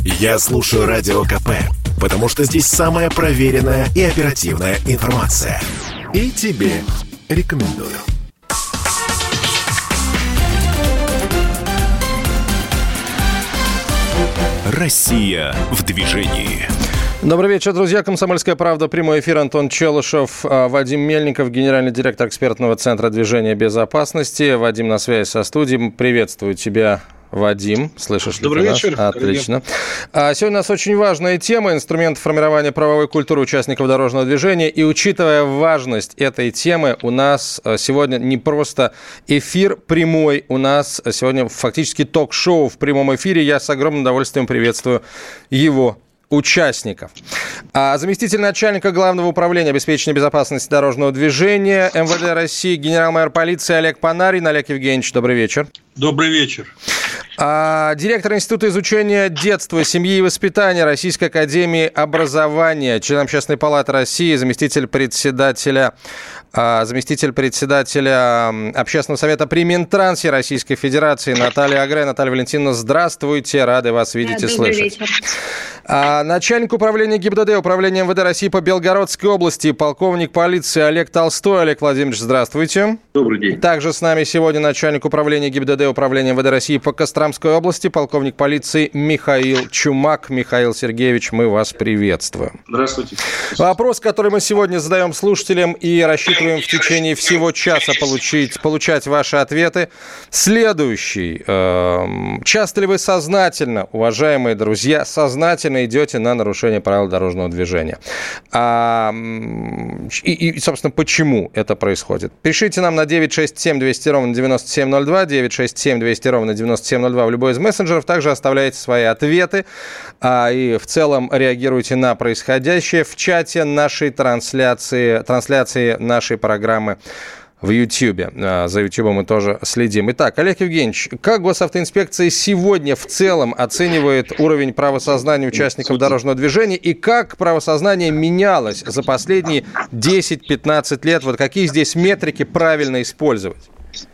Я слушаю Радио КП, потому что здесь самая проверенная и оперативная информация. И тебе рекомендую. Россия в движении. Добрый вечер, друзья. «Комсомольская правда», прямой эфир. Антон Челышев, Вадим Мельников, генеральный директор экспертного центра движения безопасности. Вадим на связи со студией. Приветствую тебя, Вадим. Слышишь ли ты нас? Добрый вечер. Отлично. Сегодня у нас очень важная тема – инструменты формирования правовой культуры участников дорожного движения. И учитывая важность этой темы, у нас сегодня не просто эфир прямой, у нас сегодня фактически ток-шоу в прямом эфире. Я с огромным удовольствием приветствую его участников. Заместитель начальника Главного управления обеспечения безопасности дорожного движения МВД России, генерал-майор полиции Олег Панарин. Олег Евгеньевич, добрый вечер. Добрый вечер. Директор Института изучения детства, семьи и воспитания Российской академии образования, член Общественной палаты России, заместитель председателя Общественного совета при Минтрансе Российской Федерации Наталья Агре. Наталья Валентиновна, здравствуйте, рады вас видеть и слышать. Вечер. Начальник управления ГИБДД, управления МВД России по Белгородской области, полковник полиции Олег Толстой. Олег Владимирович, здравствуйте. Добрый день. Также с нами сегодня начальник управления ГИБДД, управления МВД России по Костромской области, полковник полиции Михаил Чумак. Михаил Сергеевич, мы вас приветствуем. Здравствуйте. Вопрос, который мы сегодня задаем слушателям и рассчитываем в течение всего часа получать ваши ответы, следующий. Часто ли вы сознательно, уважаемые друзья, сознательно идете на нарушение правил дорожного движения? И, собственно, почему это происходит? Пишите нам на 967-200-97-02, 967-200-97-02 в любой из мессенджеров. Также оставляйте свои ответы и в целом реагируйте на происходящее в чате нашей трансляции нашей программы в Ютьюбе. За Ютьюбом мы тоже следим. Итак, Олег Евгеньевич, как госавтоинспекция сегодня в целом оценивает уровень правосознания участников дорожного движения и как правосознание менялось за последние 10-15 лет? Вот какие здесь метрики правильно использовать?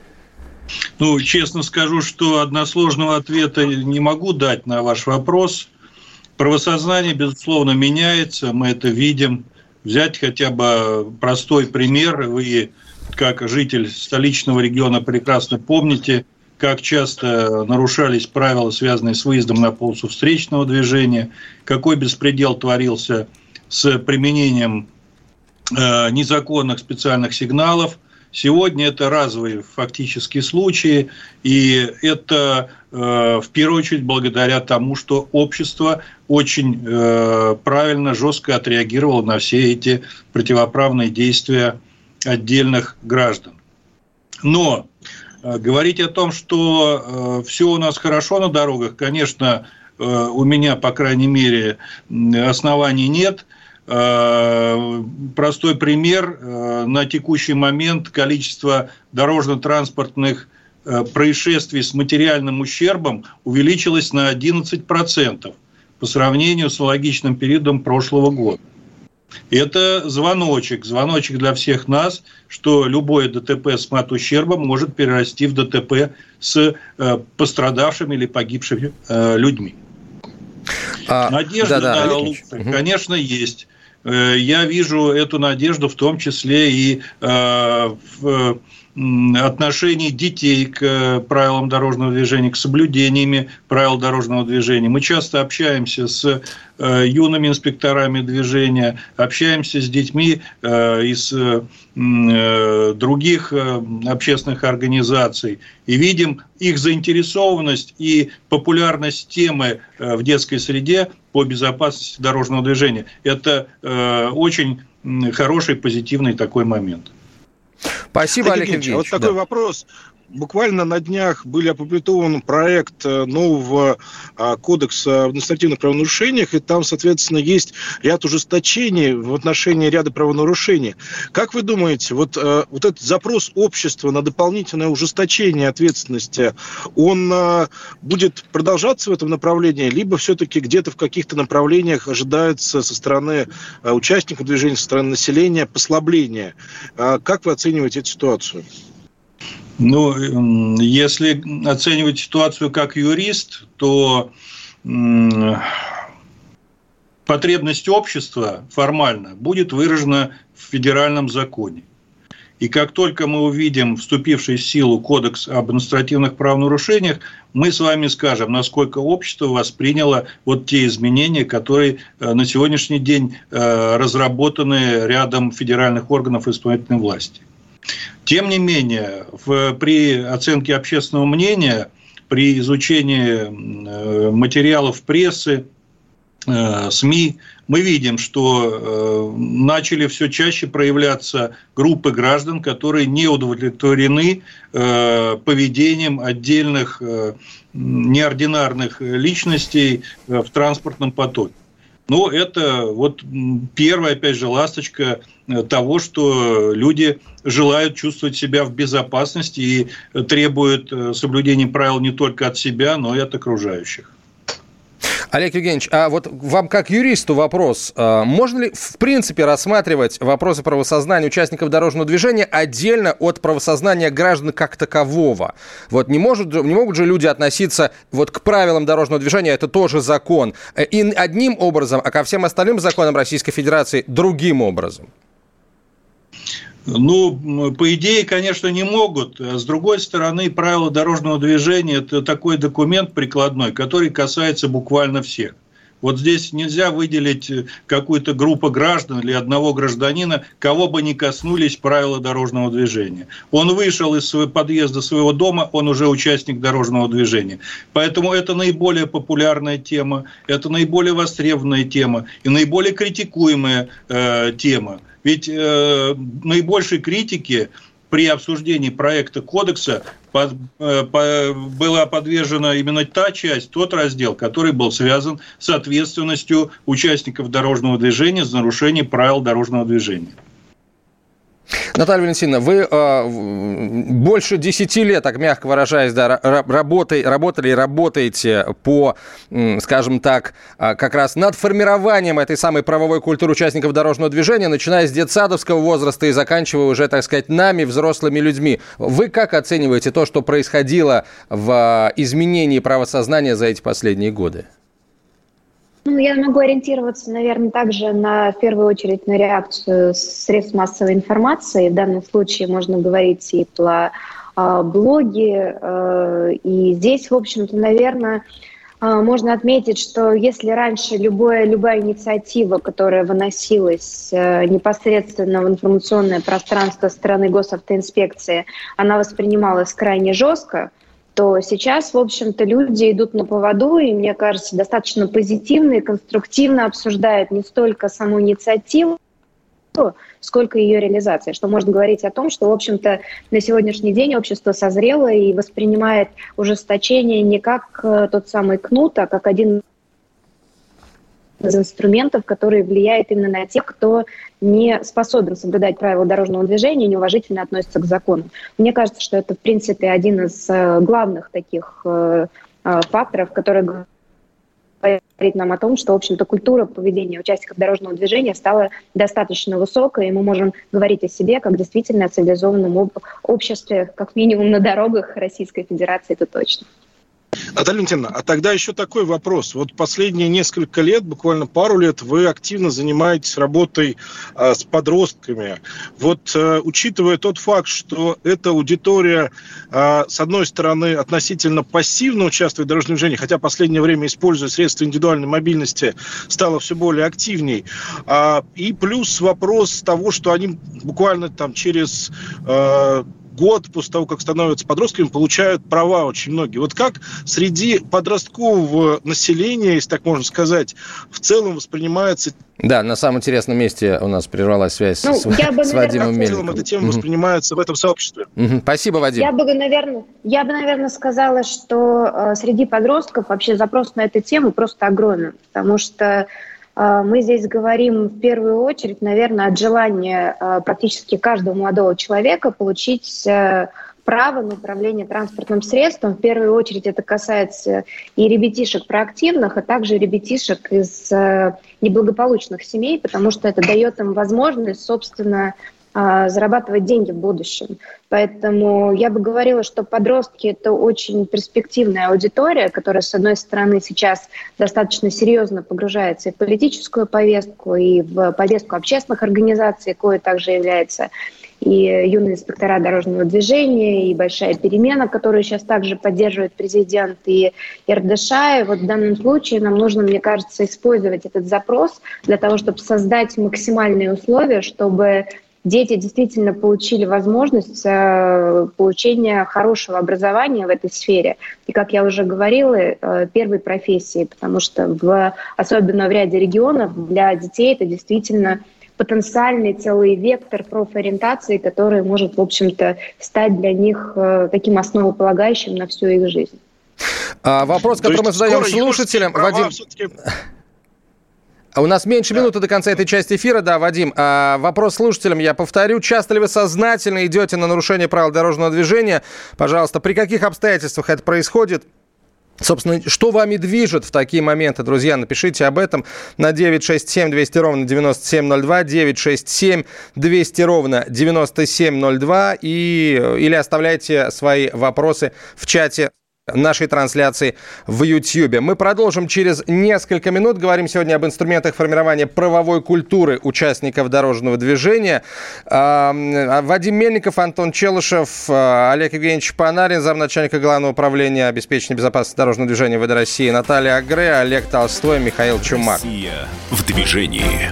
Честно скажу, что односложного ответа не могу дать на ваш вопрос. Правосознание, безусловно, меняется, мы это видим. Взять хотя бы простой пример. Вы, как житель столичного региона, прекрасно помните, как часто нарушались правила, связанные с выездом на полосу встречного движения, какой беспредел творился с применением незаконных специальных сигналов. Сегодня это разовые фактически случаи, и это в первую очередь благодаря тому, что общество очень правильно, жестко отреагировало на все эти противоправные действия отдельных граждан. Но говорить о том, что все у нас хорошо на дорогах, конечно, у меня, по крайней мере, оснований нет. Простой пример. На текущий момент количество дорожно-транспортных происшествий с материальным ущербом увеличилось на 11% по сравнению с аналогичным периодом прошлого года. Это звоночек для всех нас, что любое ДТП с мат-ущербом может перерасти в ДТП с пострадавшими или погибшими людьми. Надежда на лучшее, конечно, есть. Я вижу эту надежду в том числе и в отношении детей к правилам дорожного движения, к соблюдениями правил дорожного движения. Мы часто общаемся с юными инспекторами движения, общаемся с детьми из других общественных организаций и видим их заинтересованность и популярность темы в детской среде по безопасности дорожного движения. Это очень хороший, позитивный такой момадемент. Спасибо, Олег Евгеньевич. Вот такой вопрос. Буквально на днях были опубликован проект нового кодекса об административных правонарушениях, и там, соответственно, есть ряд ужесточений в отношении ряда правонарушений. Как вы думаете, вот этот запрос общества на дополнительное ужесточение ответственности, он будет продолжаться в этом направлении, либо все-таки где-то в каких-то направлениях ожидается со стороны участников движения, со стороны населения послабления? Как вы оцениваете эту ситуацию? Если оценивать ситуацию как юрист, то потребность общества формально будет выражена в федеральном законе. И как только мы увидим вступивший в силу Кодекс об административных правонарушениях, мы с вами скажем, насколько общество восприняло вот те изменения, которые на сегодняшний день разработаны рядом федеральных органов исполнительной власти. Тем не менее, при оценке общественного мнения, при изучении материалов прессы, СМИ, мы видим, что начали все чаще проявляться группы граждан, которые не удовлетворены поведением отдельных неординарных личностей в транспортном потоке. Но это вот первая, опять же, ласточка того, что люди желают чувствовать себя в безопасности и требуют соблюдения правил не только от себя, но и от окружающих. Олег Евгеньевич, а вот вам как юристу вопрос. Можно ли в принципе рассматривать вопросы правосознания участников дорожного движения отдельно от правосознания граждан как такового? Вот не могут же люди относиться вот к правилам дорожного движения, это тоже закон, и одним образом, а ко всем остальным законам Российской Федерации другим образом? Ну, по идее, конечно, не могут. С другой стороны, правила дорожного движения – это такой документ прикладной, который касается буквально всех. Вот здесь нельзя выделить какую-то группу граждан или одного гражданина, кого бы ни коснулись правила дорожного движения. Он вышел из подъезда своего дома, он уже участник дорожного движения. Поэтому это наиболее популярная тема, это наиболее востребованная тема и наиболее критикуемая тема. Ведь наибольшей критики при обсуждении проекта кодекса была подвержена именно та часть, тот раздел, который был связан с ответственностью участников дорожного движения за нарушение правил дорожного движения. Наталья Валентиновна, вы больше 10 лет, так мягко выражаясь, да, работали и работаете по, скажем так, как раз над формированием этой самой правовой культуры участников дорожного движения, начиная с детсадовского возраста и заканчивая уже, так сказать, нами, взрослыми людьми. Вы как оцениваете то, что происходило в изменении правосознания за эти последние годы? Ну, я могу ориентироваться, наверное, также в первую очередь на реакцию средств массовой информации. В данном случае можно говорить и про блоги. И здесь, в общем-то, наверное, можно отметить, что если раньше любая инициатива, которая выносилась непосредственно в информационное пространство со стороны госавтоинспекции, она воспринималась крайне жестко, то сейчас, в общем-то, люди идут на поводу, и, мне кажется, достаточно позитивно и конструктивно обсуждают не столько саму инициативу, сколько ее реализация, что может говорить о том, что, в общем-то, на сегодняшний день общество созрело и воспринимает ужесточение не как тот самый кнут, а как один из инструментов, который влияет именно на тех, кто не способен соблюдать правила дорожного движения и неуважительно относится к закону. Мне кажется, что это, в принципе, один из главных таких факторов, который говорит нам о том, что, в общем-то, культура поведения участников дорожного движения стала достаточно высокой, и мы можем говорить о себе как действительно о цивилизованном обществе, как минимум на дорогах Российской Федерации, это точно. Наталья Валентиновна, а тогда еще такой вопрос. Вот последние несколько лет, буквально пару лет, вы активно занимаетесь работой с подростками. Вот учитывая тот факт, что эта аудитория, с одной стороны, относительно пассивно участвует в дорожном движении, хотя в последнее время, используя средства индивидуальной мобильности, стало все более активней. И плюс вопрос того, что они буквально там через год после того, как становятся подростками, получают права очень многие. Вот как среди подросткового населения, если так можно сказать, в целом воспринимается... Да, на самом интересном месте у нас прервалась связь с Вадимом Мельниковым. В целом эта тема воспринимается в этом сообществе. Спасибо, Вадим. Я бы, наверное, сказала, что среди подростков вообще запрос на эту тему просто огромен, потому что мы здесь говорим в первую очередь, наверное, от желания практически каждого молодого человека получить право на управление транспортным средством. В первую очередь это касается и ребятишек проактивных, а также ребятишек из неблагополучных семей, потому что это дает им возможность, собственно, зарабатывать деньги в будущем. Поэтому я бы говорила, что подростки – это очень перспективная аудитория, которая, с одной стороны, сейчас достаточно серьезно погружается и в политическую повестку, и в повестку общественных организаций, кое также является и юные инспектора дорожного движения, и большая перемена, которую сейчас также поддерживает президент и РДШ. И вот в данном случае нам нужно, мне кажется, использовать этот запрос для того, чтобы создать максимальные условия, чтобы дети действительно получили возможность получения хорошего образования в этой сфере. И, как я уже говорила, первой профессии, потому что особенно в ряде регионов для детей это действительно потенциальный целый вектор профориентации, который может, в общем-то, стать для них таким основополагающим на всю их жизнь. Вопрос, который мы задаем слушателям, Вадим... У нас меньше минуты до конца этой части эфира, да, Вадим. Вопрос слушателям я повторю. Часто ли вы сознательно идете на нарушение правил дорожного движения? Пожалуйста, при каких обстоятельствах это происходит? Собственно, что вами движет в такие моменты, друзья? Напишите об этом на 967-200-97-02, 967-200-97-02 или оставляйте свои вопросы в чате нашей трансляции в YouTube. Мы продолжим через несколько минут. Говорим сегодня об инструментах формирования правовой культуры участников дорожного движения. Вадим Мельников, Антон Челышев, Олег Евгеньевич Панарин, замначальника Главного управления обеспечения безопасности дорожного движения ВД России, Наталья Агре, Олег Толстой, Михаил Чумак. Россия в движении.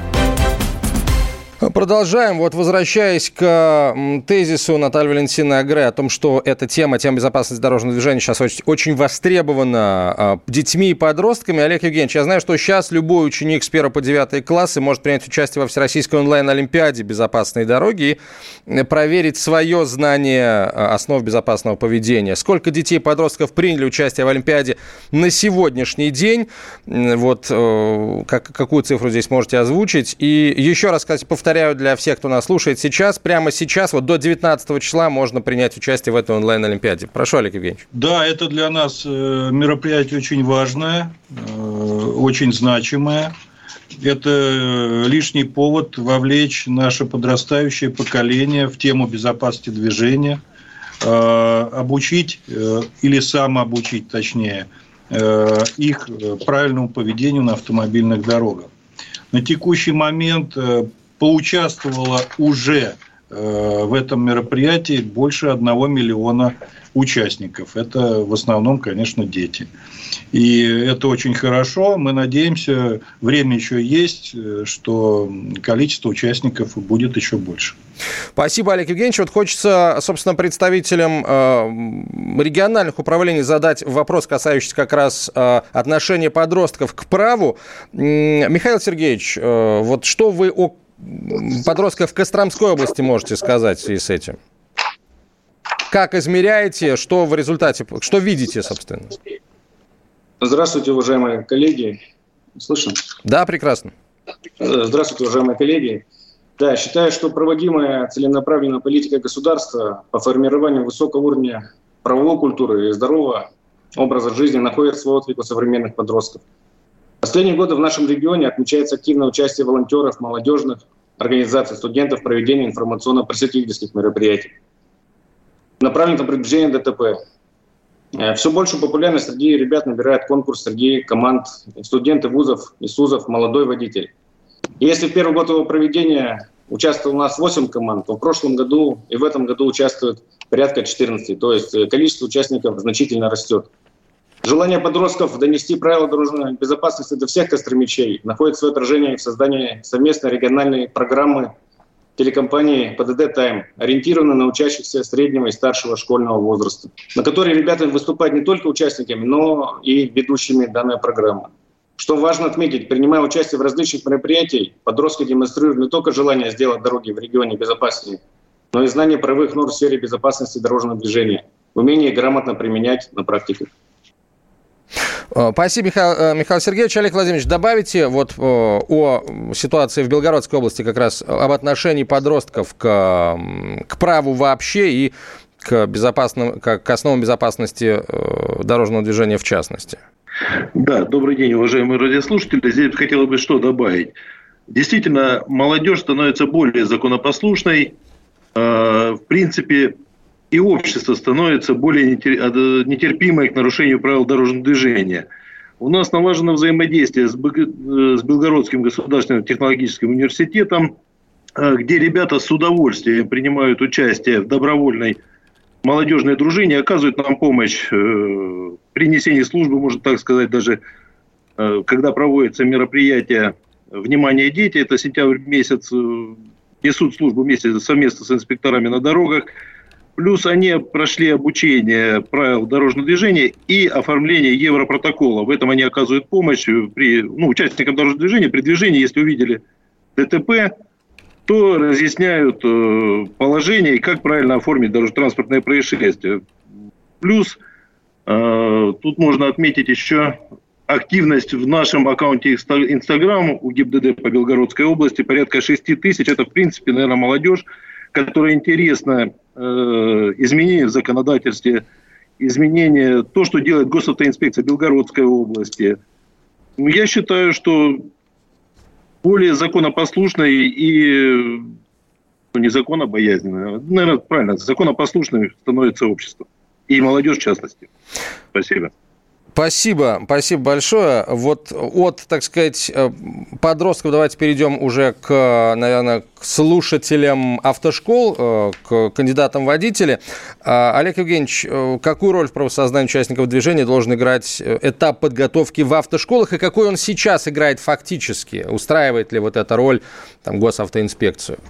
Продолжаем. Вот возвращаясь к тезису Натальи Валентиновны Агре о том, что эта тема безопасности дорожного движения сейчас очень востребована детьми и подростками. Олег Евгеньевич, я знаю, что сейчас любой ученик с 1 по 9 классы может принять участие во Всероссийской онлайн-олимпиаде безопасной дороги и проверить свое знание основ безопасного поведения. Сколько детей и подростков приняли участие в олимпиаде на сегодняшний день? Вот какую цифру здесь можете озвучить? И еще раз, кстати, повторяю для всех, кто нас слушает сейчас, прямо сейчас, вот до 19 числа можно принять участие в этой онлайн-олимпиаде. Прошу, Олег Евгеньевич. Да, это для нас мероприятие очень важное, очень значимое. Это лишний повод вовлечь наше подрастающее поколение в тему безопасности движения, обучить или самообучить, точнее, их правильному поведению на автомобильных дорогах. На текущий момент поучаствовало уже в этом мероприятии больше 1 миллиона участников. Это в основном, конечно, дети. И это очень хорошо. Мы надеемся, время еще есть, что количество участников будет еще больше. Спасибо, Олег Евгеньевич. Вот хочется, собственно, представителям региональных управлений задать вопрос, касающийся как раз отношения подростков к праву. Михаил Сергеевич, вот что вы о подростков в Костромской области можете сказать в связи с этим? Как измеряете, что в результате, что видите, собственно? Здравствуйте, уважаемые коллеги. Слышно? Да, прекрасно. Здравствуйте, уважаемые коллеги. Да, считаю, что проводимая целенаправленная политика государства по формированию высокого уровня правовой культуры и здорового образа жизни находит свой отклик у современных подростков. В последние годы в нашем регионе отмечается активное участие волонтеров, молодежных организаций, студентов в проведении информационно-просветительских мероприятий, направленных на продвижение ДТП. Все большую популярность среди ребят набирает конкурс среди команд студенты вузов и СУЗов «Молодой водитель». И если в первый год его проведения участвовало у нас 8 команд, то в прошлом году и в этом году участвует порядка 14. То есть количество участников значительно растет. Желание подростков донести правила дорожной безопасности до всех костромичей находит свое отражение в создании совместной региональной программы телекомпании ПДД «Тайм», ориентированной на учащихся среднего и старшего школьного возраста, на которой ребята выступают не только участниками, но и ведущими данной программы. Что важно отметить, принимая участие в различных мероприятиях, подростки демонстрируют не только желание сделать дороги в регионе безопаснее, но и знание правовых норм в сфере безопасности дорожного движения, умение грамотно применять на практике. Спасибо, Михаил Сергеевич. Олег Владимирович, добавите вот о ситуации в Белгородской области, как раз об отношении подростков к праву вообще и к основам безопасности дорожного движения в частности. Да, добрый день, уважаемые радиослушатели. Здесь хотелось бы что добавить. Действительно, молодежь становится более законопослушной, в принципе, и общество становится более нетерпимое к нарушению правил дорожного движения. У нас налажено взаимодействие с Белгородским государственным технологическим университетом, где ребята с удовольствием принимают участие в добровольной молодежной дружине, оказывают нам помощь при несении службы, можно так сказать, даже когда проводятся мероприятия «Внимание, дети», это сентябрь месяц, несут службу вместе совместно с инспекторами на дорогах. Плюс они прошли обучение правил дорожного движения и оформление европротокола. В этом они оказывают помощь участникам дорожного движения. При движении, если увидели ДТП, то разъясняют положение и как правильно оформить дорожно-транспортное происшествие. Плюс тут можно отметить еще активность в нашем аккаунте Инстаграм у ГИБДД по Белгородской области. Порядка 6 тысяч. Это, в принципе, наверное, молодежь, которая интересна изменения в законодательстве, изменения, то, что делает госавтоинспекция Белгородской области. Я считаю, что более законопослушной и незаконобоязненной, наверное, правильно, законопослушной становится общество. И молодежь в частности. Спасибо. Спасибо большое. Вот от, так сказать, подростков давайте перейдем уже наверное, к слушателям автошкол, к кандидатам в водители. Олег Евгеньевич, какую роль в правосознании участников движения должен играть этап подготовки в автошколах, и какой он сейчас играет фактически? Устраивает ли вот эта роль госавтоинспекцию?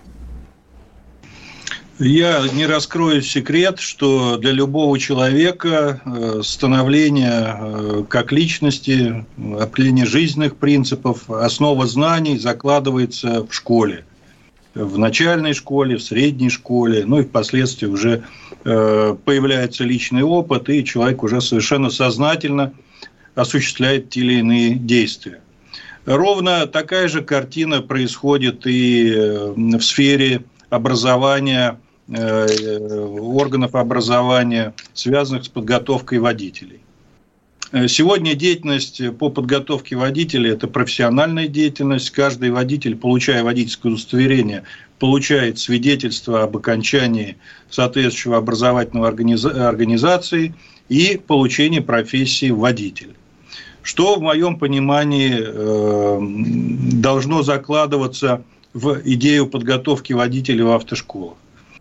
Я не раскрою секрет, что для любого человека становление как личности, определение жизненных принципов, основа знаний закладывается в школе. В начальной школе, в средней школе, и впоследствии уже появляется личный опыт, и человек уже совершенно сознательно осуществляет те или иные действия. Ровно такая же картина происходит и в сфере образования, органов образования, связанных с подготовкой водителей. Сегодня деятельность по подготовке водителей – это профессиональная деятельность. Каждый водитель, получая водительское удостоверение, получает свидетельство об окончании соответствующего образовательного организации и получении профессии водитель. Что, в моем понимании, должно закладываться в идею подготовки водителей в автошколах?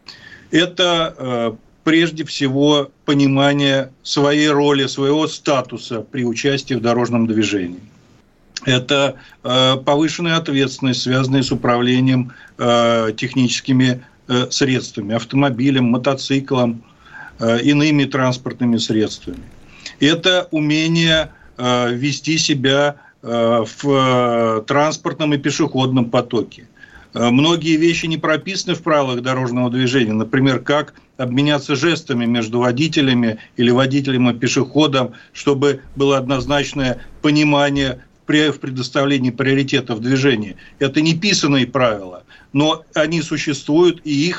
Это прежде всего понимание своей роли, своего статуса при участии в дорожном движении. Это повышенная ответственность, связанная с управлением техническими средствами, автомобилем, мотоциклом, иными транспортными средствами. Это умение вести себя в транспортном и пешеходном потоке. Многие вещи не прописаны в правилах дорожного движения, например, как обменяться жестами между водителями или водителем и пешеходом, чтобы было однозначное понимание в предоставлении приоритетов движения. Это не писанные правила, но они существуют, и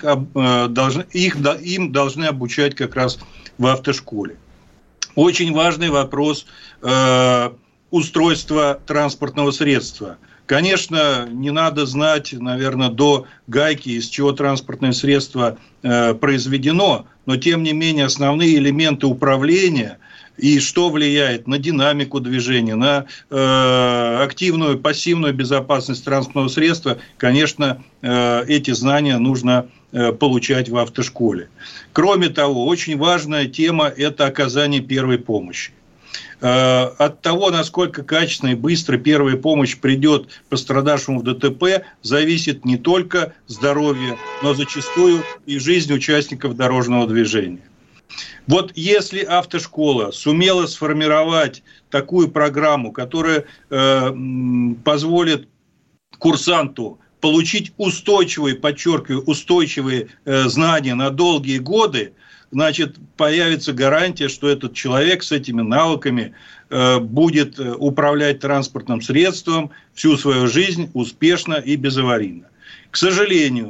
им должны обучать как раз в автошколе. Очень важный вопрос устройства транспортного средства. Конечно, не надо знать, наверное, до гайки, из чего транспортное средство произведено, но, тем не менее, основные элементы управления и что влияет на динамику движения, на активную, пассивную безопасность транспортного средства, конечно, эти знания нужно получать в автошколе. Кроме того, очень важная тема – это оказание первой помощи. От того, насколько качественно и быстро первая помощь придет пострадавшему в ДТП, зависит не только здоровье, но зачастую и жизнь участников дорожного движения. Вот если автошкола сумела сформировать такую программу, которая позволит курсанту получить устойчивые, подчеркиваю, устойчивые знания на долгие годы, значит, появится гарантия, что этот человек с этими навыками будет управлять транспортным средством всю свою жизнь успешно и безаварийно. К сожалению,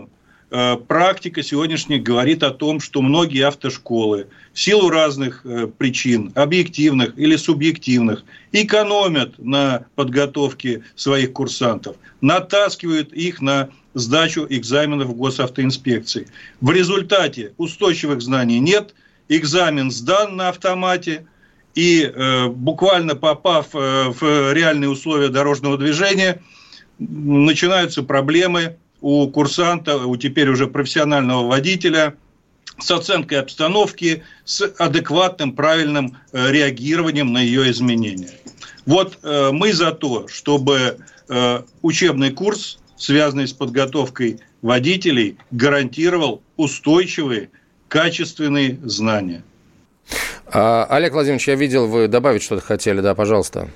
практика сегодняшняя говорит о том, что многие автошколы в силу разных причин, объективных или субъективных, экономят на подготовке своих курсантов, натаскивают их на сдачу экзаменов госавтоинспекции. В результате устойчивых знаний нет, экзамен сдан на автомате, и буквально попав в реальные условия дорожного движения, начинаются проблемы у курсанта, у теперь уже профессионального водителя с оценкой обстановки, с адекватным, правильным реагированием на ее изменения. Вот мы за то, чтобы учебный курс, связанный с подготовкой водителей, гарантировал устойчивые, качественные знания. Олег Владимирович, я видел, вы добавить что-то хотели, да, пожалуйста.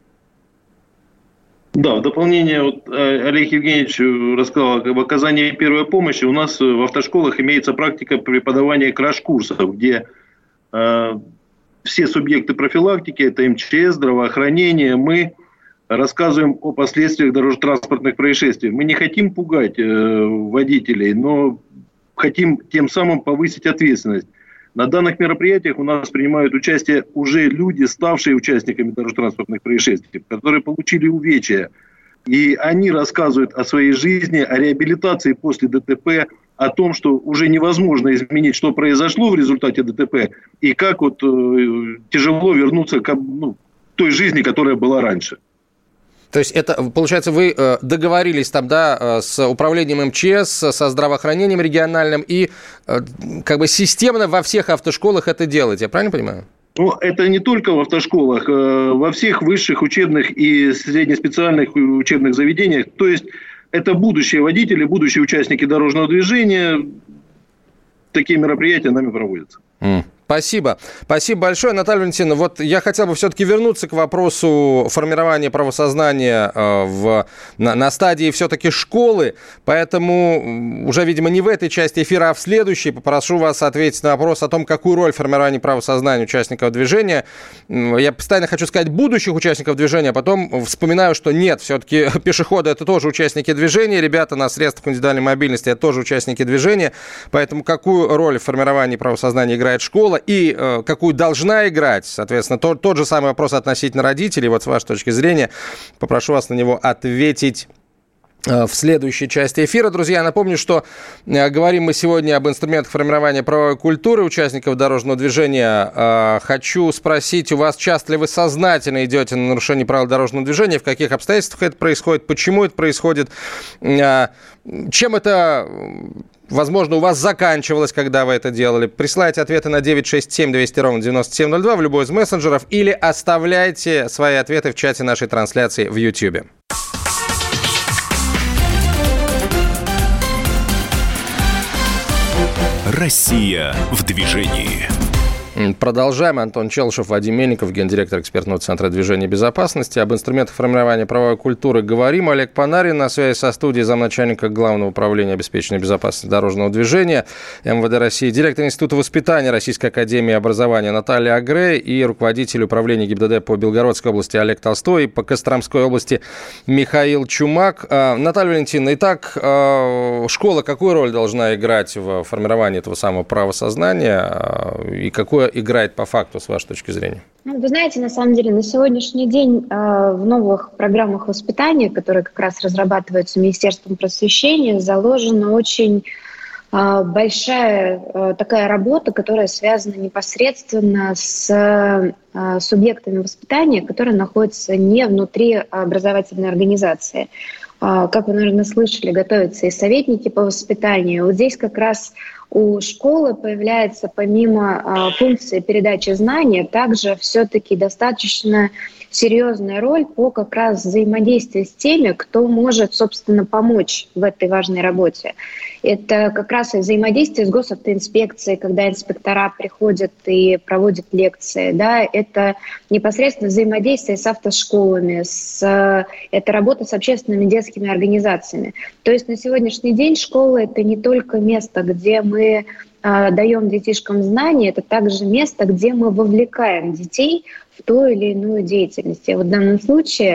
Да, в дополнение, Олег Евгеньевич рассказал об оказании первой помощи. У нас в автошколах имеется практика преподавания краш-курсов, где все субъекты профилактики, это МЧС, здравоохранение, мы рассказываем о последствиях дорожно-транспортных происшествий. Мы не хотим пугать водителей, но хотим тем самым повысить ответственность. На данных мероприятиях у нас принимают участие уже люди, ставшие участниками дорожно-транспортных происшествий, которые получили увечья. И они рассказывают о своей жизни, о реабилитации после ДТП, о том, что уже невозможно изменить, что произошло в результате ДТП, и как тяжело вернуться к той жизни, которая была раньше. То есть это, получается, вы договорились там, да, с управлением МЧС, со здравоохранением региональным и как бы системно во всех автошколах это делаете, я правильно понимаю? Ну, это не только в автошколах, во всех высших учебных и среднеспециальных учебных заведениях. То есть это будущие водители, будущие участники дорожного движения. Такие мероприятия нами проводятся. Спасибо. Спасибо большое, Наталья Валентиновна. Вот я хотел бы все-таки вернуться к вопросу формирования правосознания на стадии все-таки школы. Поэтому уже, видимо, не в этой части эфира, а в следующей попрошу вас ответить на вопрос о том, какую роль формирования правосознания участников движения. Я постоянно хочу сказать будущих участников движения, а потом вспоминаю, что нет, все-таки пешеходы – это тоже участники движения, ребята на средствах индивидуальной мобильности – это тоже участники движения. Поэтому какую роль в формировании правосознания играет школа и какую должна играть, соответственно, тот же самый вопрос относительно родителей. Вот с вашей точки зрения попрошу вас на него ответить в следующей части эфира. Друзья, напомню, что говорим мы сегодня об инструментах формирования правовой культуры участников дорожного движения. Хочу спросить у вас, часто ли вы сознательно идете на нарушение правил дорожного движения, в каких обстоятельствах это происходит, почему это происходит, чем это, возможно, у вас заканчивалось, когда вы это делали. Присылайте ответы на 967 200 ровно 9702 в любой из мессенджеров или оставляйте свои ответы в чате нашей трансляции в YouTube. Россия в движении. Продолжаем. Антон Челышев, Вадим Мельников, гендиректор экспертного центра движения безопасности. Об инструментах формирования правовой культуры говорим. Олег Панарин на связи со студией, замначальника Главного управления обеспечения безопасности дорожного движения МВД России, директор Института воспитания Российской академии образования Наталья Агре и руководитель управления ГИБДД по Белгородской области Олег Толстой и по Костромской области Михаил Чумак. Наталья Валентиновна, итак, школа какую роль должна играть в формировании этого самого правосознания и какое играет по факту, с вашей точки зрения? Вы знаете, на самом деле, на сегодняшний день в новых программах воспитания, которые как раз разрабатываются Министерством просвещения, заложена очень большая такая работа, которая связана непосредственно с субъектами воспитания, которые находятся не внутри образовательной организации. Как вы, наверное, слышали, готовятся и советники по воспитанию. Вот здесь как раз у школы появляется помимо функции передачи знаний, также все-таки достаточно серьезная роль по как раз взаимодействию с теми, кто может, собственно, помочь в этой важной работе. Это как раз и взаимодействие с госавтоинспекцией, когда инспектора приходят и проводят лекции. Да? Это непосредственно взаимодействие с автошколами, это работа с общественными детскими организациями. То есть на сегодняшний день школа – это не только место, где мы даем детишкам знания, это также место, где мы вовлекаем детей в ту или иную деятельность. И вот в данном случае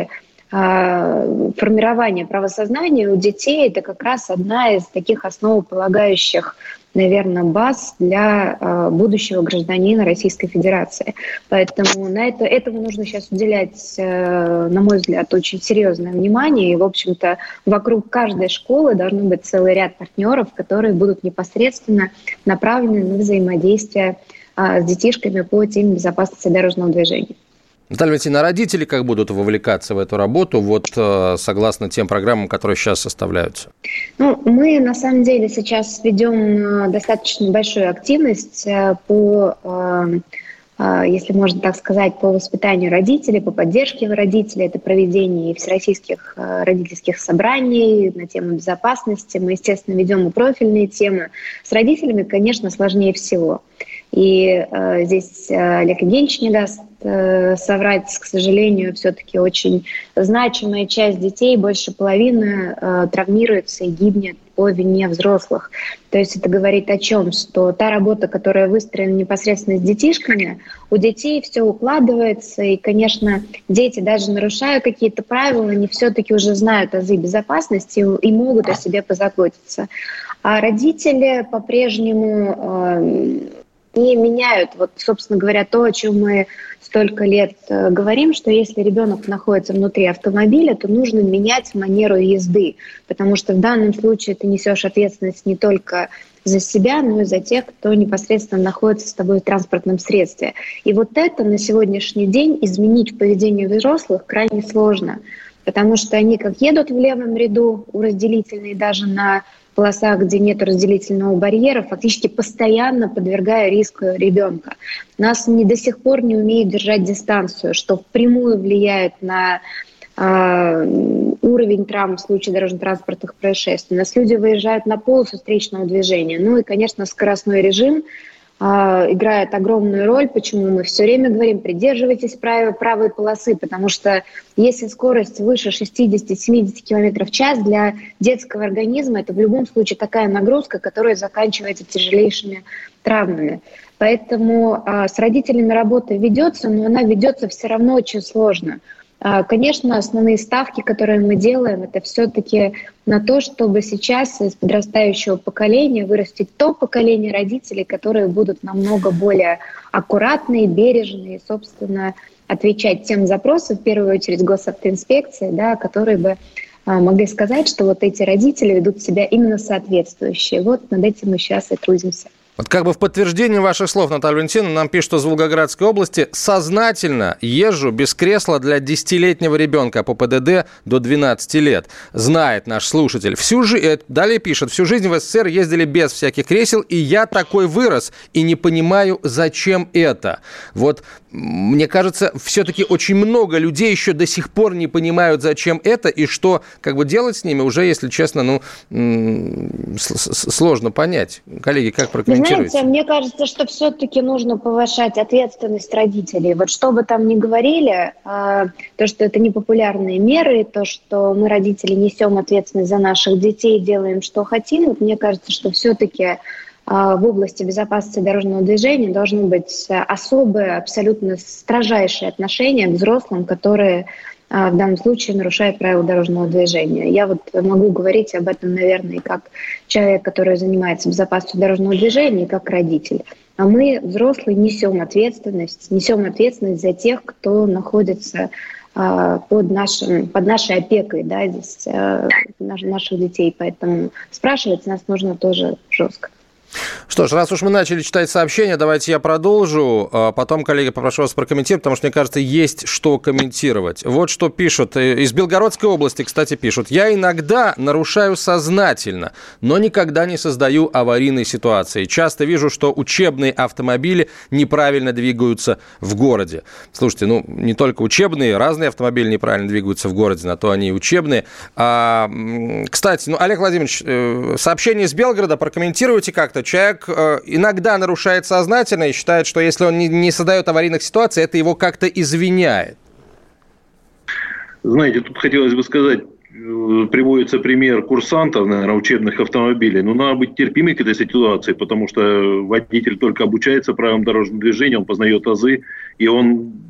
формирование правосознания у детей – это как раз одна из таких основополагающих, наверное, баз для будущего гражданина Российской Федерации. Поэтому этому нужно сейчас уделять, на мой взгляд, очень серьезное внимание. И, в общем-то, вокруг каждой школы должен быть целый ряд партнеров, которые будут непосредственно направлены на взаимодействие с детишками по теме безопасности дорожного движения. Наталья Валентиновна, родители как будут вовлекаться в эту работу, вот согласно тем программам, которые сейчас составляются? Мы, на самом деле, сейчас ведем достаточно большую активность по, если можно так сказать, по воспитанию родителей, по поддержке родителей. Это проведение всероссийских родительских собраний на тему безопасности. Мы, естественно, ведем и профильные темы. С родителями, конечно, сложнее всего. И здесь Олег Евгеньевич не даст соврать, к сожалению, все-таки очень значимая часть детей, больше половины, травмируется и гибнет по вине взрослых. То есть это говорит о чем? Что та работа, которая выстроена непосредственно с детишками, у детей все укладывается, и, конечно, дети, даже нарушая какие-то правила, они все-таки уже знают азы безопасности и могут о себе позаботиться. А родители по-прежнему не меняют, вот, собственно говоря, то, о чем мы столько лет говорим, что если ребенок находится внутри автомобиля, то нужно менять манеру езды, потому что в данном случае ты несешь ответственность не только за себя, но и за тех, кто непосредственно находится с тобой в транспортном средстве. И вот это на сегодняшний день изменить в поведении взрослых крайне сложно, потому что они как едут в левом ряду у разделительной, даже на полосах, где нет разделительного барьера, фактически постоянно подвергая риску ребенка. Нас до сих пор не умеют держать дистанцию, что впрямую влияет на уровень травм в случае дорожно-транспортных происшествий. У нас люди выезжают на полосу встречного движения. Ну и, конечно, скоростной режим играет огромную роль. Почему мы все время говорим, придерживайтесь правой полосы, потому что если скорость выше 60-70 км в час, для детского организма это в любом случае такая нагрузка, которая заканчивается тяжелейшими травмами. Поэтому с родителями работа ведется, но она ведется все равно очень сложно. Конечно, основные ставки, которые мы делаем, это все-таки на то, чтобы сейчас из подрастающего поколения вырастить то поколение родителей, которые будут намного более аккуратные, бережные, собственно, отвечать тем запросам, в первую очередь госавтоинспекции, да, которые бы могли сказать, что вот эти родители ведут себя именно соответствующие. Вот над этим мы сейчас и трудимся. Вот как бы в подтверждение ваших слов, Наталья Валентиновна, нам пишут, что из Волгоградской области: сознательно езжу без кресла для 10-летнего ребенка по ПДД до 12 лет. Знает наш слушатель. Далее пишет: всю жизнь в СССР ездили без всяких кресел, и я такой вырос, и не понимаю, зачем это. Вот мне кажется, все-таки очень много людей еще до сих пор не понимают, зачем это, и что как бы делать с ними уже, если честно, сложно понять. Коллеги, как прокомментируете? Знаете, мне кажется, что все-таки нужно повышать ответственность родителей. Вот что бы там ни говорили, то, что это непопулярные меры, то, что мы, родители, несем ответственность за наших детей, делаем, что хотим, вот мне кажется, что все-таки в области безопасности дорожного движения должно быть особое, абсолютно строжайшее отношение к взрослым, которые в данном случае нарушают правила дорожного движения. Я вот могу говорить об этом, наверное, и как человек, который занимается безопасностью дорожного движения, и как родитель. А мы, взрослые, несем ответственность за тех, кто находится под нашей опекой, да, здесь наших детей. Поэтому спрашивать нас нужно тоже жестко. Что ж, раз уж мы начали читать сообщения, давайте я продолжу. Потом, коллеги, попрошу вас прокомментировать, потому что, мне кажется, есть что комментировать. Вот что пишут. Из Белгородской области, кстати, пишут. Я иногда нарушаю сознательно, но никогда не создаю аварийной ситуации. Часто вижу, что учебные автомобили неправильно двигаются в городе. Слушайте, не только учебные, разные автомобили неправильно двигаются в городе, на то они и учебные. Кстати, Олег Владимирович, сообщение из Белгорода прокомментируйте как-то. Человек иногда нарушает сознательно и считает, что если он не создает аварийных ситуаций, это его как-то извиняет. Знаете, тут хотелось бы сказать, приводится пример курсантов, наверное, учебных автомобилей. Но надо быть терпимым к этой ситуации, потому что водитель только обучается правилам дорожного движения, он познает азы, и он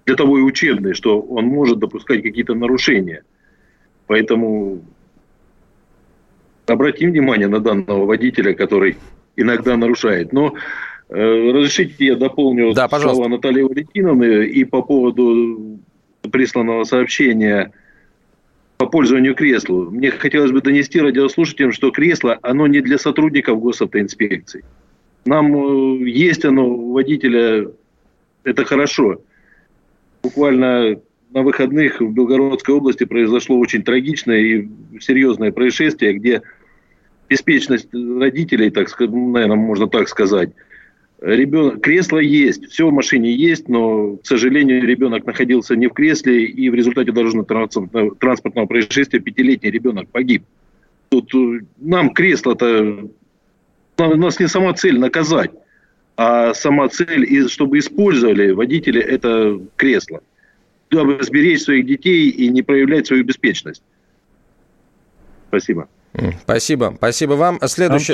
для того и учебный, что он может допускать какие-то нарушения. Поэтому обратим внимание на данного водителя, который иногда нарушает. Но разрешите, я дополню слова Натальи Валентиновны и по поводу присланного сообщения по пользованию креслу. Мне хотелось бы донести радиослушателям, что кресло, оно не для сотрудников госавтоинспекции. Нам есть оно у водителя, это хорошо. Буквально на выходных в Белгородской области произошло очень трагичное и серьезное происшествие, где беспечность родителей, так сказать, наверное, можно так сказать, кресло есть, все в машине есть, но, к сожалению, ребенок находился не в кресле, и в результате дорожно-транспортного происшествия 5-летний ребенок погиб. Тут нам кресло-то, у нас не сама цель наказать, а сама цель, чтобы использовали водители это кресло, дабы сберечь своих детей и не проявлять свою беспечность. Спасибо. Спасибо вам. Следующий.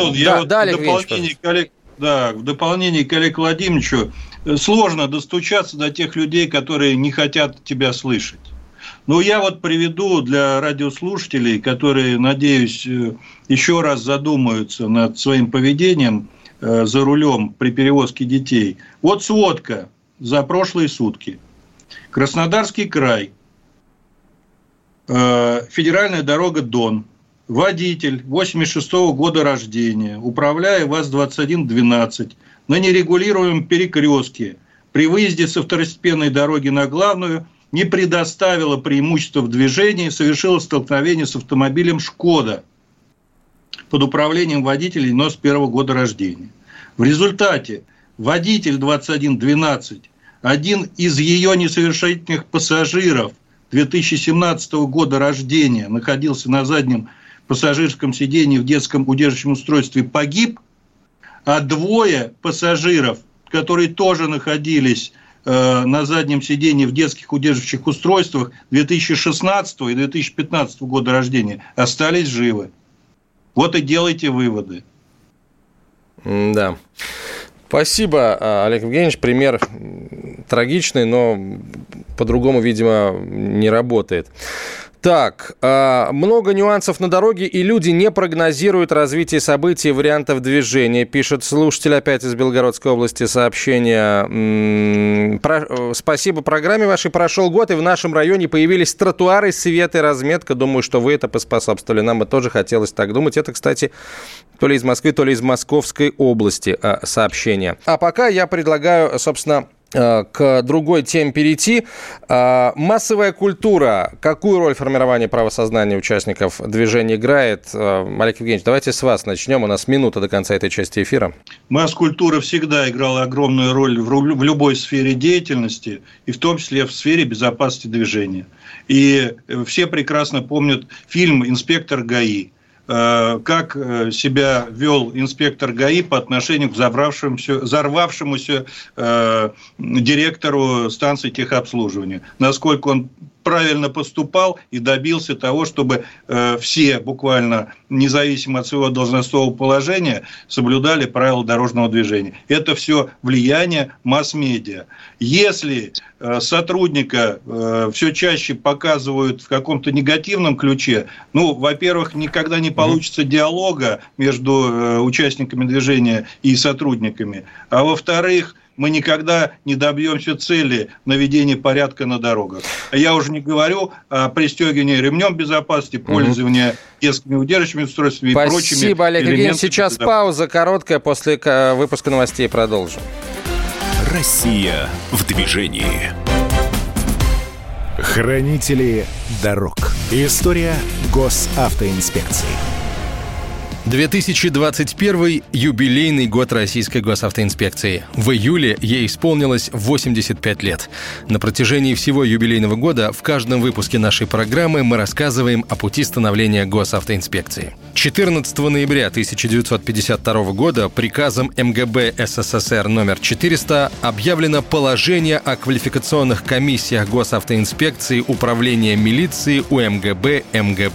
Антон, в дополнение к Олегу Владимировичу, сложно достучаться до тех людей, которые не хотят тебя слышать. Но я приведу для радиослушателей, которые, надеюсь, еще раз задумаются над своим поведением за рулем при перевозке детей. Вот сводка за прошлые сутки. Краснодарский край. Федеральная дорога Дон. Водитель 86-го года рождения, управляя ВАЗ-2112 на нерегулируемом перекрестке при выезде со второстепенной дороги на главную не предоставила преимущества в движении, совершила столкновение с автомобилем «Шкода» под управлением водителя 91-го года рождения. В результате водитель 2112, один из ее несовершеннолетних пассажиров 2017 года рождения, находился на заднем пассажирском сидении в детском удерживающем устройстве, погиб, а двое пассажиров, которые тоже находились на заднем сидении в детских удерживающих устройствах 2016 и 2015 года рождения, остались живы. Вот и делайте выводы. Да. Спасибо, Олег Евгеньевич. Пример трагичный, но по-другому, видимо, не работает. Так, много нюансов на дороге, и люди не прогнозируют развитие событий и вариантов движения, пишет слушатель опять из Белгородской области сообщение. Спасибо программе вашей. Прошел год, и в нашем районе появились тротуары, свет и разметка. Думаю, что вы это поспособствовали. Нам бы тоже хотелось так думать. Это, кстати, то ли из Москвы, то ли из Московской области сообщение. А пока я предлагаю, собственно, к другой теме перейти. Массовая культура. Какую роль формирования правосознания участников движения играет? Олег Евгеньевич, давайте с вас начнем. У нас минута до конца этой части эфира. Масс-культура всегда играла огромную роль в любой сфере деятельности, и в том числе в сфере безопасности движения. И все прекрасно помнят фильм «Инспектор ГАИ». Как себя вел инспектор ГАИ по отношению к взорвавшемуся директору станции техобслуживания. Насколько он правильно поступал и добился того, чтобы все, буквально независимо от своего должностного положения, соблюдали правила дорожного движения. Это все влияние масс-медиа. Если сотрудника все чаще показывают в каком-то негативном ключе, во-первых, никогда не получится диалога между участниками движения и сотрудниками, а во-вторых, мы никогда не добьемся цели наведения порядка на дорогах. Я уже не говорю о пристегивании ремнем безопасности, пользовании детскими удерживающими устройствами и прочими. Спасибо, Олег Евгеньевич. Сейчас пауза короткая, после выпуска новостей продолжим. Россия в движении. Хранители дорог. История госавтоинспекции. 2021 – юбилейный год Российской госавтоинспекции. В июле ей исполнилось 85 лет. На протяжении всего юбилейного года в каждом выпуске нашей программы мы рассказываем о пути становления госавтоинспекции. 14 ноября 1952 года приказом МГБ СССР номер 400 объявлено положение о квалификационных комиссиях госавтоинспекции Управления милиции УМГБ МГБ.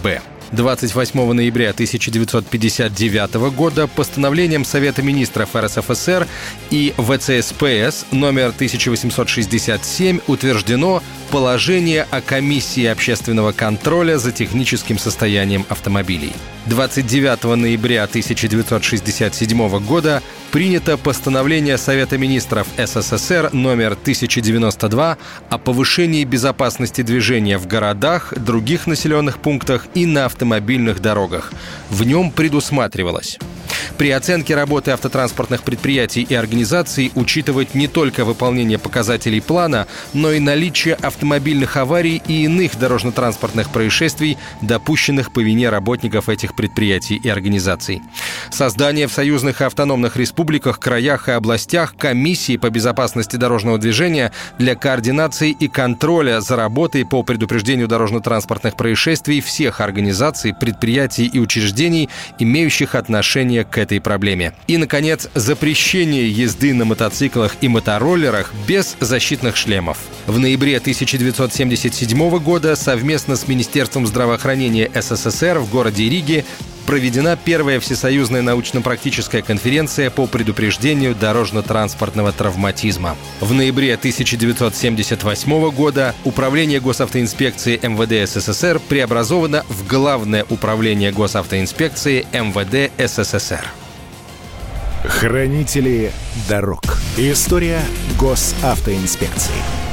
28 ноября 1959 года постановлением Совета министров РСФСР и ВЦСПС номер 1867 утверждено положение о комиссии общественного контроля за техническим состоянием автомобилей. 29 ноября 1967 года принято постановление Совета министров СССР номер 1092 о повышении безопасности движения в городах, других населенных пунктах и на автомобильных дорогах. В нем предусматривалось: при оценке работы автотранспортных предприятий и организаций учитывать не только выполнение показателей плана, но и наличие автомобильных аварий и иных дорожно-транспортных происшествий, допущенных по вине работников этих предприятий и организаций. Создание в союзных и автономных республиках, краях и областях комиссии по безопасности дорожного движения для координации и контроля за работой по предупреждению дорожно-транспортных происшествий всех организаций, предприятий и учреждений, имеющих отношение к этой проблеме. И, наконец, запрещение езды на мотоциклах и мотороллерах без защитных шлемов. В ноябре 1977 года совместно с Министерством здравоохранения СССР в городе Риге проведена первая всесоюзная научно-практическая конференция по предупреждению дорожно-транспортного травматизма. В ноябре 1978 года Управление госавтоинспекции МВД СССР преобразовано в Главное управление госавтоинспекции МВД СССР. Хранители дорог. История госавтоинспекции.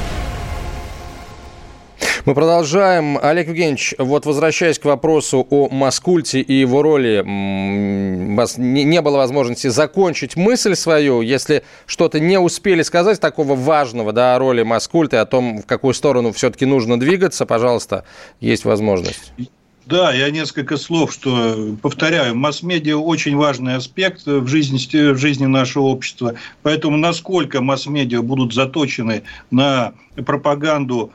Мы продолжаем. Олег Евгеньевич, вот возвращаясь к вопросу о Маскульте и его роли, у вас не было возможности закончить мысль свою. Если что-то не успели сказать такого важного, да, о роли Маскульта, о том, в какую сторону все-таки нужно двигаться, пожалуйста, есть возможность. Да, я несколько слов, что повторяю, масс-медиа очень важный аспект в жизни нашего общества. Поэтому насколько масс-медиа будут заточены на пропаганду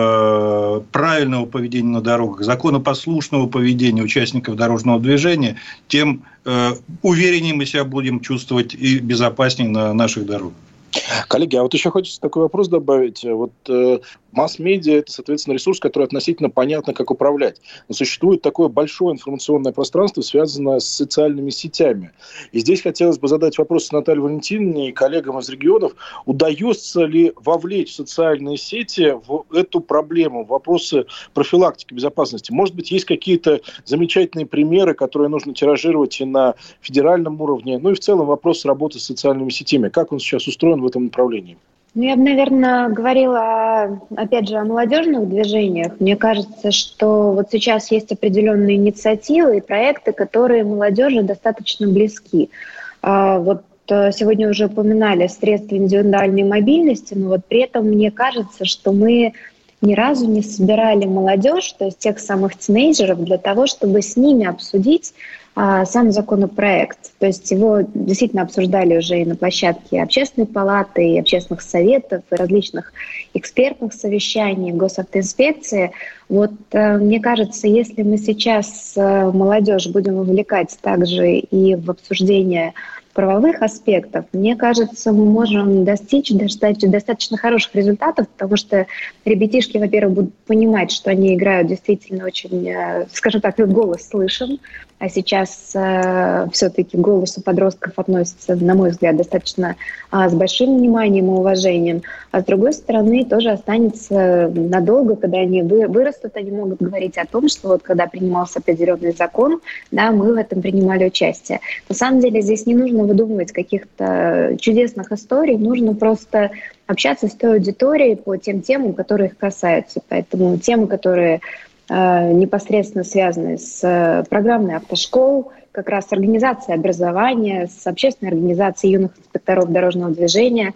правильного поведения на дорогах, законопослушного поведения участников дорожного движения, тем увереннее мы себя будем чувствовать и безопаснее на наших дорогах. Коллеги, а вот еще хочется такой вопрос добавить. Вот масс-медиа – это, соответственно, ресурс, который относительно понятно, как управлять. Но существует такое большое информационное пространство, связанное с социальными сетями. И здесь хотелось бы задать вопрос Наталье Валентиновне и коллегам из регионов. Удается ли вовлечь социальные сети в эту проблему, в вопросы профилактики безопасности? Может быть, есть какие-то замечательные примеры, которые нужно тиражировать и на федеральном уровне? Ну и в целом вопрос работы с социальными сетями. Как он сейчас устроен в этом направлении? Ну, я бы, наверное, говорила, опять же, о молодежных движениях. Мне кажется, что вот сейчас есть определенные инициативы и проекты, которые молодежи достаточно близки. Вот сегодня уже упоминали средства индивидуальной мобильности, но вот при этом мне кажется, что мы ни разу не собирали молодежь, то есть тех самых тинейджеров, для того, чтобы с ними обсудить сам законопроект. То есть его действительно обсуждали уже и на площадке Общественной палаты, и общественных советов, и различных экспертных совещаний, госавтоинспекции. Вот мне кажется, если мы сейчас молодежь будем вовлекать также и в обсуждение правовых аспектов, мне кажется, мы можем достичь достаточно хороших результатов, потому что ребятишки, во-первых, будут понимать, что они играют действительно очень, скажем так, их голос слышен, а сейчас все-таки к голосу подростков относятся, на мой взгляд, достаточно с большим вниманием и уважением. А с другой стороны, тоже останется надолго, когда они вырастут, они могут говорить о том, что вот когда принимался определенный закон, да, мы в этом принимали участие. На самом деле здесь не нужно выдумывать каких-то чудесных историй, нужно просто общаться с той аудиторией по тем темам, которые их касаются. Поэтому темы, которые непосредственно связаны с программой автошкол, как раз с организацией образования, с общественной организацией юных инспекторов дорожного движения,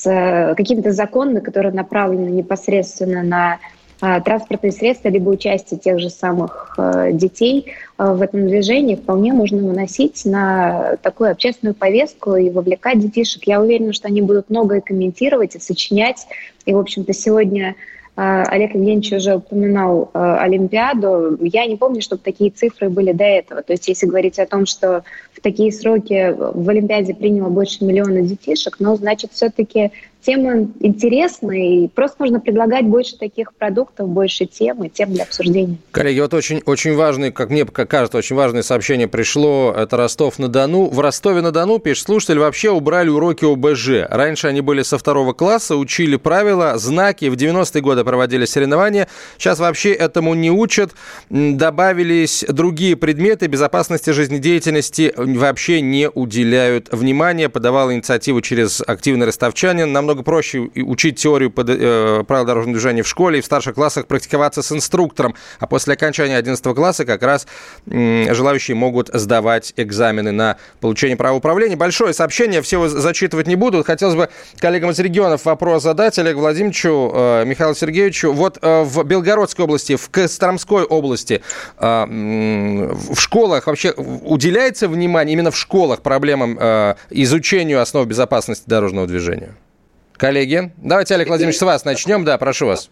с какими-то законами, которые направлены непосредственно на транспортные средства, либо участие тех же самых детей в этом движении, вполне можно выносить на такую общественную повестку и вовлекать детишек. Я уверена, что они будут многое комментировать и сочинять. И, в общем-то, сегодня Олег Евгеньевич уже упоминал Олимпиаду. Я не помню, чтобы такие цифры были до этого. То есть если говорить о том, что в такие сроки в Олимпиаде приняло больше 1 миллиона детишек, но значит все-таки тема интересная, и просто нужно предлагать больше таких продуктов, больше тем и тем для обсуждения. Коллеги, вот очень важный, как мне кажется, очень важное сообщение пришло. Это Ростов-на-Дону. В Ростове-на-Дону, пишет слушатель, вообще убрали уроки ОБЖ. Раньше они были со 2 класса, учили правила, знаки. В 90-е годы проводили соревнования. Сейчас вообще этому не учат. Добавились другие предметы. Безопасности жизнедеятельности вообще не уделяют внимания. Подавал инициативу через активный ростовчанин. Намного проще учить теорию правил дорожного движения в школе и в старших классах практиковаться с инструктором. А после окончания 11 класса как раз желающие могут сдавать экзамены на получение права управления. Большое сообщение, все его зачитывать не буду. Хотелось бы коллегам из регионов вопрос задать, Олегу Владимировичу, Михаилу Сергеевичу. Вот в Белгородской области, в Костромской области в школах вообще уделяется внимание именно в школах проблемам изучению основ безопасности дорожного движения? Коллеги, давайте, Олег Владимирович, с вас начнем. Да, прошу вас.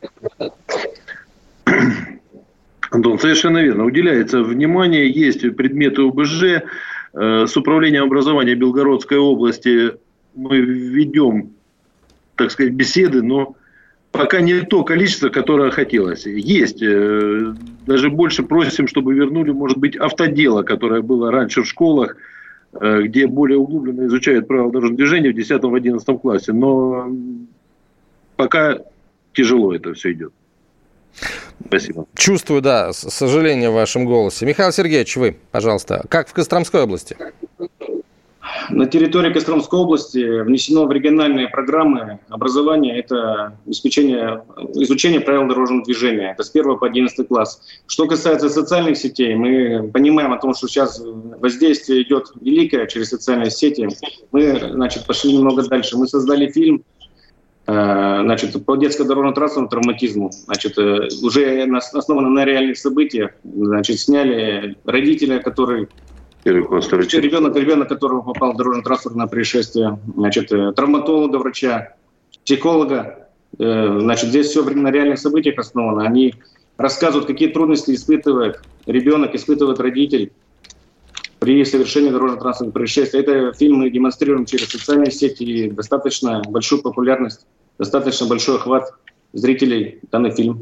Антон, совершенно верно. Уделяется внимание, есть предметы ОБЖ. С управлением образования Белгородской области мы ведем, так сказать, беседы, но пока не то количество, которое хотелось. Есть. Даже больше просим, чтобы вернули, может быть, автодело, которое было раньше в школах, где более углубленно изучают правила дорожного движения в 10-11 классе. Но пока тяжело это все идет. Спасибо. Чувствую, да, сожаление в вашем голосе. Михаил Сергеевич, вы, пожалуйста, как в Костромской области? На территории Костромской области внесено в региональные программы образования это изучение правил дорожного движения. Это с 1 по 11 класс. Что касается социальных сетей, мы понимаем о том, что сейчас воздействие идет великое через социальные сети. Мы, пошли немного дальше. Мы создали фильм по детско-дорожно-транспортному травматизму. Уже основано на реальных событиях. Сняли родителя, который... Ребенок, которого попал в дорожно-транспортное происшествие, травматолога, врача, психолога. Здесь все на реальных событиях основано. Они рассказывают, какие трудности испытывает ребенок, испытывает родитель при совершении дорожно-транспортного происшествия. Это фильм мы демонстрируем через социальные сети и достаточно большую популярность, достаточно большой охват зрителей данный фильм.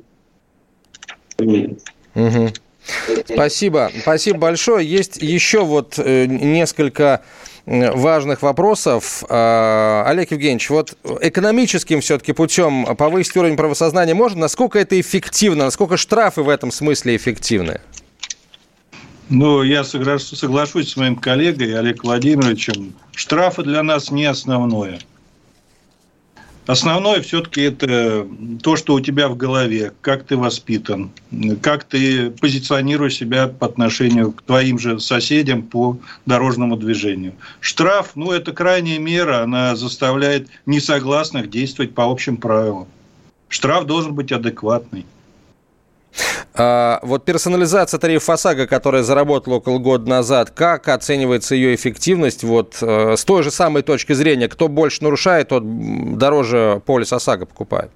Угу. Спасибо большое. Есть еще несколько важных вопросов. Олег Евгеньевич, экономическим все-таки путем повысить уровень правосознания можно? Насколько это эффективно? Насколько штрафы в этом смысле эффективны? Я соглашусь с моим коллегой Олегом Владимировичем. Штрафы для нас не основное. Основное все-таки это то, что у тебя в голове, как ты воспитан, как ты позиционируешь себя по отношению к твоим же соседям по дорожному движению. Штраф, это крайняя мера, она заставляет несогласных действовать по общим правилам. Штраф должен быть адекватный. Персонализация тарифа ОСАГО, которая заработала около года назад, как оценивается ее эффективность с той же самой точки зрения? Кто больше нарушает, тот дороже полис ОСАГО покупает?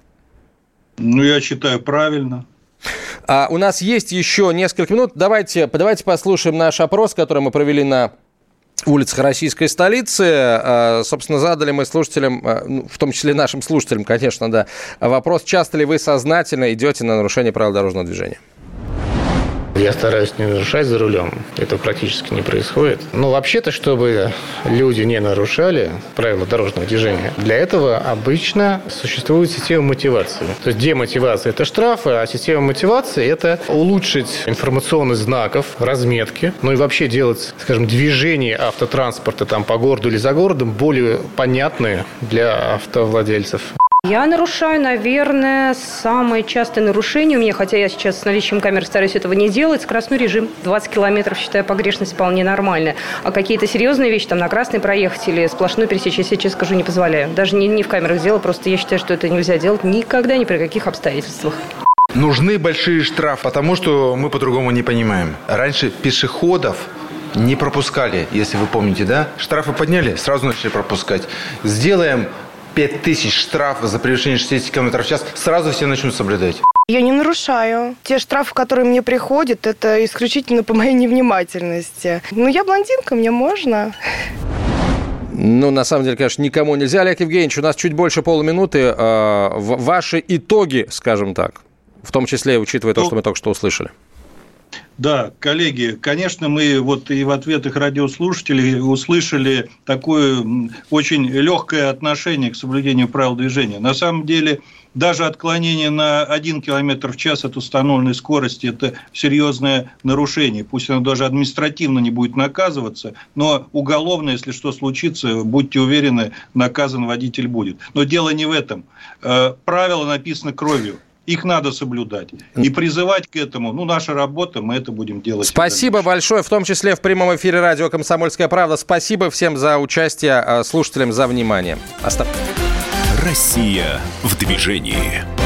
Я считаю, правильно. У нас есть еще несколько минут. Давайте послушаем наш опрос, который мы провели на улицах российской столицы. Собственно, задали мы слушателям, в том числе нашим слушателям, конечно, да, вопрос, часто ли вы сознательно идете на нарушение правил дорожного движения? Я стараюсь не нарушать за рулем. Это практически не происходит. Но вообще-то, чтобы люди не нарушали правила дорожного движения, для этого обычно существует система мотивации. То есть демотивация – это штрафы, а система мотивации – это улучшить информационность знаков, разметки, и вообще делать, движение автотранспорта по городу или за городом более понятные для автовладельцев. Я нарушаю, наверное, самое частое нарушение у меня, хотя я сейчас с наличием камер стараюсь этого не делать, скоростной режим. 20 километров, считаю, погрешность вполне нормальная. А какие-то серьезные вещи, на красный проехать или сплошную пересечь, я сейчас скажу, не позволяю. Даже не в камерах делаю, просто я считаю, что это нельзя делать никогда, ни при каких обстоятельствах. Нужны большие штрафы, потому что мы по-другому не понимаем. Раньше пешеходов не пропускали, если вы помните, да? Штрафы подняли, сразу начали пропускать. Сделаем 5000 штрафов за превышение 60 км в час, сразу все начнут соблюдать. Я не нарушаю. Те штрафы, которые мне приходят, это исключительно по моей невнимательности. Я блондинка, мне можно. Ну, на самом деле, конечно, никому нельзя. Олег Евгеньевич, у нас чуть больше полуминуты. Ваши итоги, скажем так, в том числе, учитывая то, что мы только что услышали. Да, коллеги, конечно, мы вот и в ответах радиослушателей услышали такое очень легкое отношение к соблюдению правил движения. На самом деле, даже отклонение на 1 км в час от установленной скорости – это серьезное нарушение. Пусть оно даже административно не будет наказываться, но уголовно, если что случится, будьте уверены, наказан водитель будет. Но дело не в этом. Правила написаны кровью. Их надо соблюдать. И призывать к этому, наша работа, мы это будем делать. Спасибо большое, в том числе в прямом эфире радио «Комсомольская правда». Спасибо всем за участие, слушателям за внимание. Россия в движении.